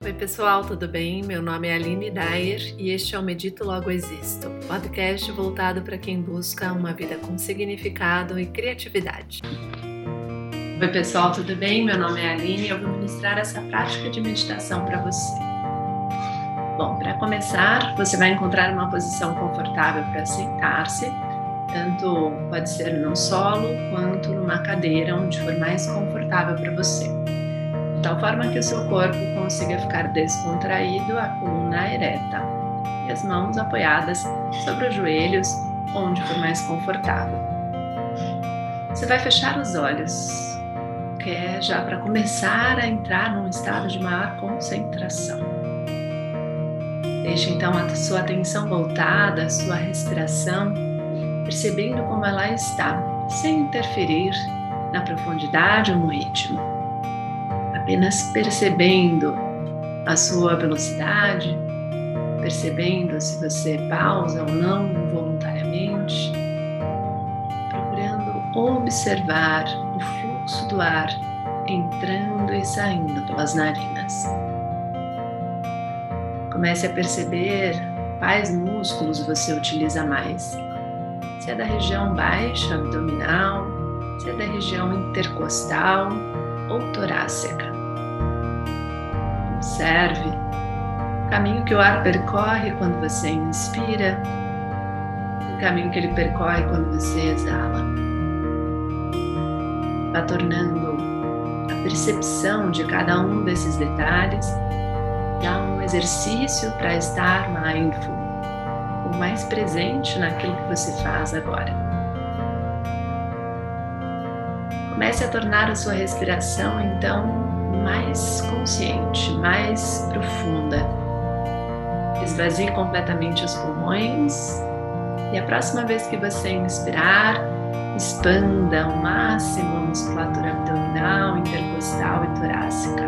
Oi pessoal, tudo bem? Meu nome é Aline Dyer e este é o Medito Logo Existo, podcast voltado para quem busca uma vida com significado e criatividade. Oi pessoal, tudo bem? Meu nome é Aline e eu vou ministrar essa prática de meditação para você. Bom, para começar, você vai encontrar uma posição confortável para sentar-se, tanto pode ser num solo quanto numa cadeira, onde for mais confortável para você. De tal forma que o seu corpo consiga ficar descontraído, a coluna ereta e as mãos apoiadas sobre os joelhos, onde for mais confortável. Você vai fechar os olhos, que é já para começar a entrar num estado de maior concentração. Deixe então a sua atenção voltada à sua respiração, percebendo como ela está, sem interferir na profundidade ou no ritmo. Apenas percebendo a sua velocidade, percebendo se você pausa ou não voluntariamente, procurando observar o fluxo do ar entrando e saindo pelas narinas. Comece a perceber quais músculos você utiliza mais. Se é da região baixa, abdominal, se é da região intercostal ou torácica. Observe o caminho que o ar percorre quando você inspira, o caminho que ele percorre quando você exala. Vá tornando a percepção de cada um desses detalhes já um exercício para estar mindful, ou mais presente naquilo que você faz agora. Comece a tornar a sua respiração, então, mais consciente, mais profunda. Esvazie completamente os pulmões e a próxima vez que você inspirar, expanda ao máximo a musculatura abdominal, intercostal e torácica.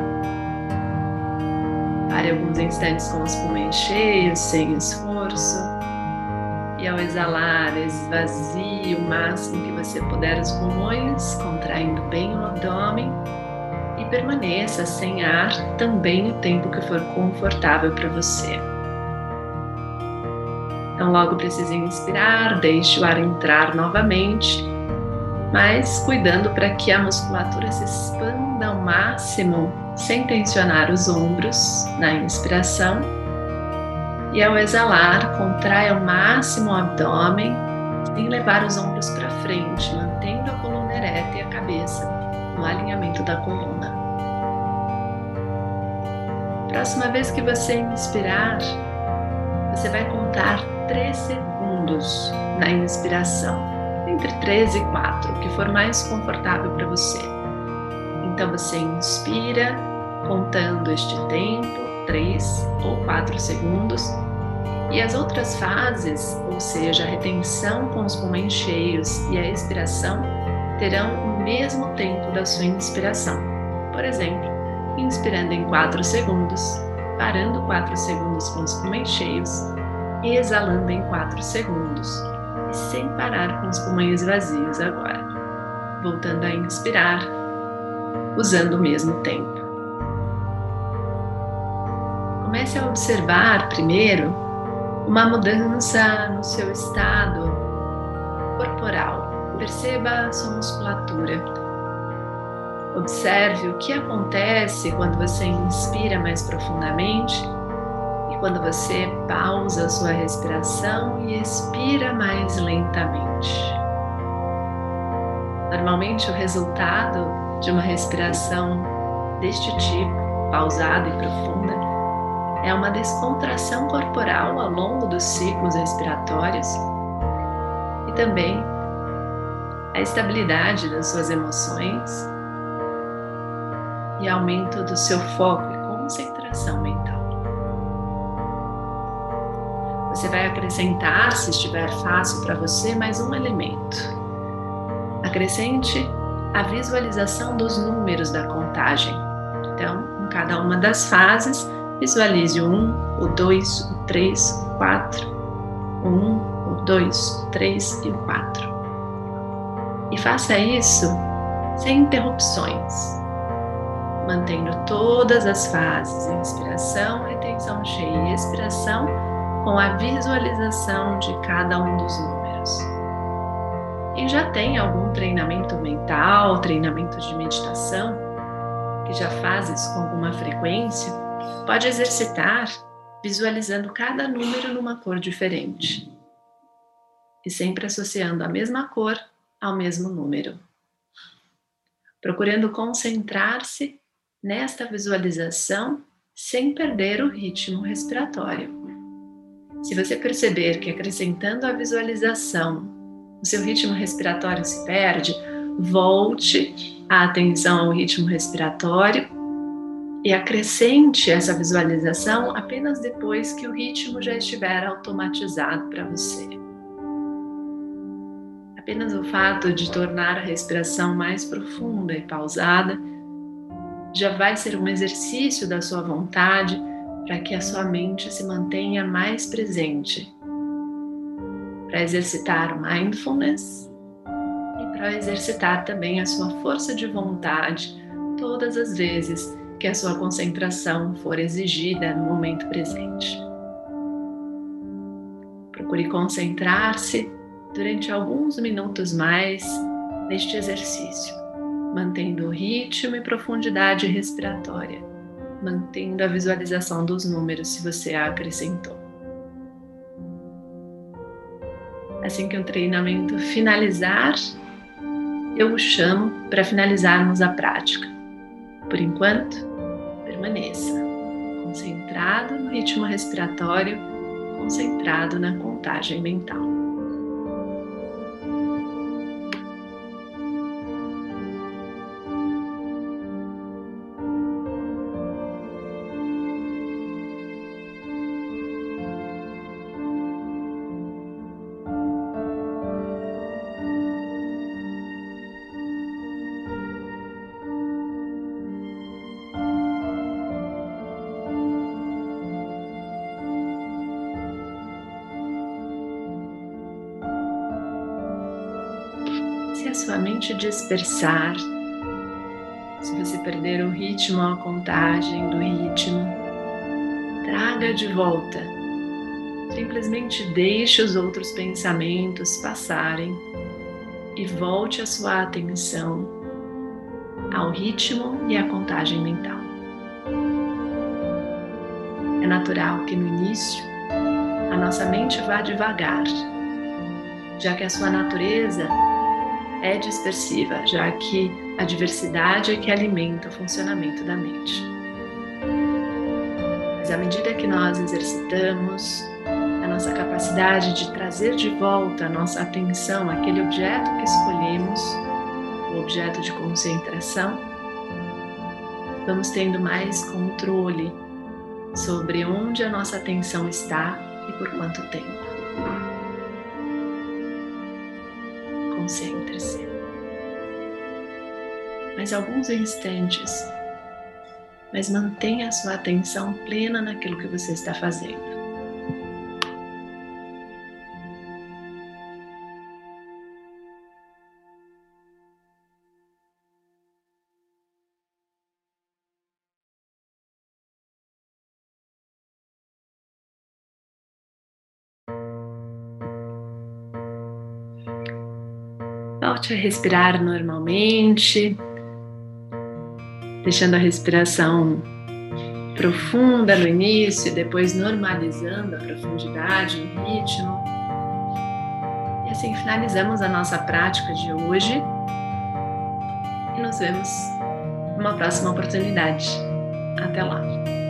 Pare alguns instantes com os pulmões cheios, sem esforço. E ao exalar, esvazie o máximo que você puder os pulmões, contraindo bem o abdômen e permaneça sem ar também o tempo que for confortável para você. Então, logo precisa inspirar, deixe o ar entrar novamente, mas cuidando para que a musculatura se expanda ao máximo, sem tensionar os ombros na inspiração. E ao exalar, contrai ao máximo o abdômen, sem levar os ombros para frente, mantendo a coluna ereta e a cabeça no alinhamento da coluna. Próxima vez que você inspirar, você vai contar 3 segundos na inspiração, entre 3 e 4, o que for mais confortável para você. Então você inspira, contando este tempo, 3 ou 4 segundos, e as outras fases, ou seja, a retenção com os pulmões cheios e a expiração, terão o mesmo tempo da sua inspiração. Por exemplo, inspirando em 4 segundos, parando 4 segundos com os pulmões cheios, e exalando em 4 segundos, e sem parar com os pulmões vazios agora. Voltando a inspirar, usando o mesmo tempo. Comece a observar primeiro uma mudança no seu estado corporal. Perceba a sua musculatura. Observe o que acontece quando você inspira mais profundamente e quando você pausa a sua respiração e expira mais lentamente. Normalmente o resultado de uma respiração deste tipo, pausada e profunda, é uma descontração corporal ao longo dos ciclos respiratórios e também a estabilidade das suas emoções e aumento do seu foco e concentração mental. Você vai acrescentar, se estiver fácil para você, mais um elemento. Acrescente a visualização dos números da contagem. Então, em cada uma das fases, visualize o 1, o 2, o 3, o 4, o 1, o 2, o 3 e o 4. E faça isso sem interrupções. mantendo todas as fases, inspiração, retenção cheia e expiração, com a visualização de cada um dos números. Quem já tem algum treinamento mental, treinamento de meditação, que já faz isso com alguma frequência, pode exercitar visualizando cada número numa cor diferente e sempre associando a mesma cor ao mesmo número, procurando concentrar-se nesta visualização sem perder o ritmo respiratório. Se você perceber que acrescentando a visualização o seu ritmo respiratório se perde, volte a atenção ao ritmo respiratório e acrescente essa visualização apenas depois que o ritmo já estiver automatizado para você. Apenas o fato de tornar a respiração mais profunda e pausada já vai ser um exercício da sua vontade para que a sua mente se mantenha mais presente, para exercitar o mindfulness e para exercitar também a sua força de vontade todas as vezes que a sua concentração for exigida no momento presente. Procure concentrar-se durante alguns minutos mais neste exercício, mantendo o ritmo e profundidade respiratória, mantendo a visualização dos números se você a acrescentou. Assim que o treinamento finalizar, eu o chamo para finalizarmos a prática. Por enquanto, permaneça concentrado no ritmo respiratório, concentrado na contagem mental. Se a sua mente dispersar, se você perder o ritmo, a contagem do ritmo, traga de volta. Simplesmente deixe os outros pensamentos passarem e volte a sua atenção ao ritmo e à contagem mental. É natural que no início a nossa mente vá devagar, já que a sua natureza é dispersiva, já que a diversidade é que alimenta o funcionamento da mente. Mas à medida que nós exercitamos a nossa capacidade de trazer de volta a nossa atenção àquele objeto que escolhemos, o objeto de concentração, vamos tendo mais controle sobre onde a nossa atenção está e por quanto tempo. Concentre-se. Mais alguns instantes, mas mantenha a sua atenção plena naquilo que você está fazendo. Volte a respirar normalmente, deixando a respiração profunda no início e depois normalizando a profundidade, o ritmo. E assim finalizamos a nossa prática de hoje e nos vemos numa próxima oportunidade. Até lá!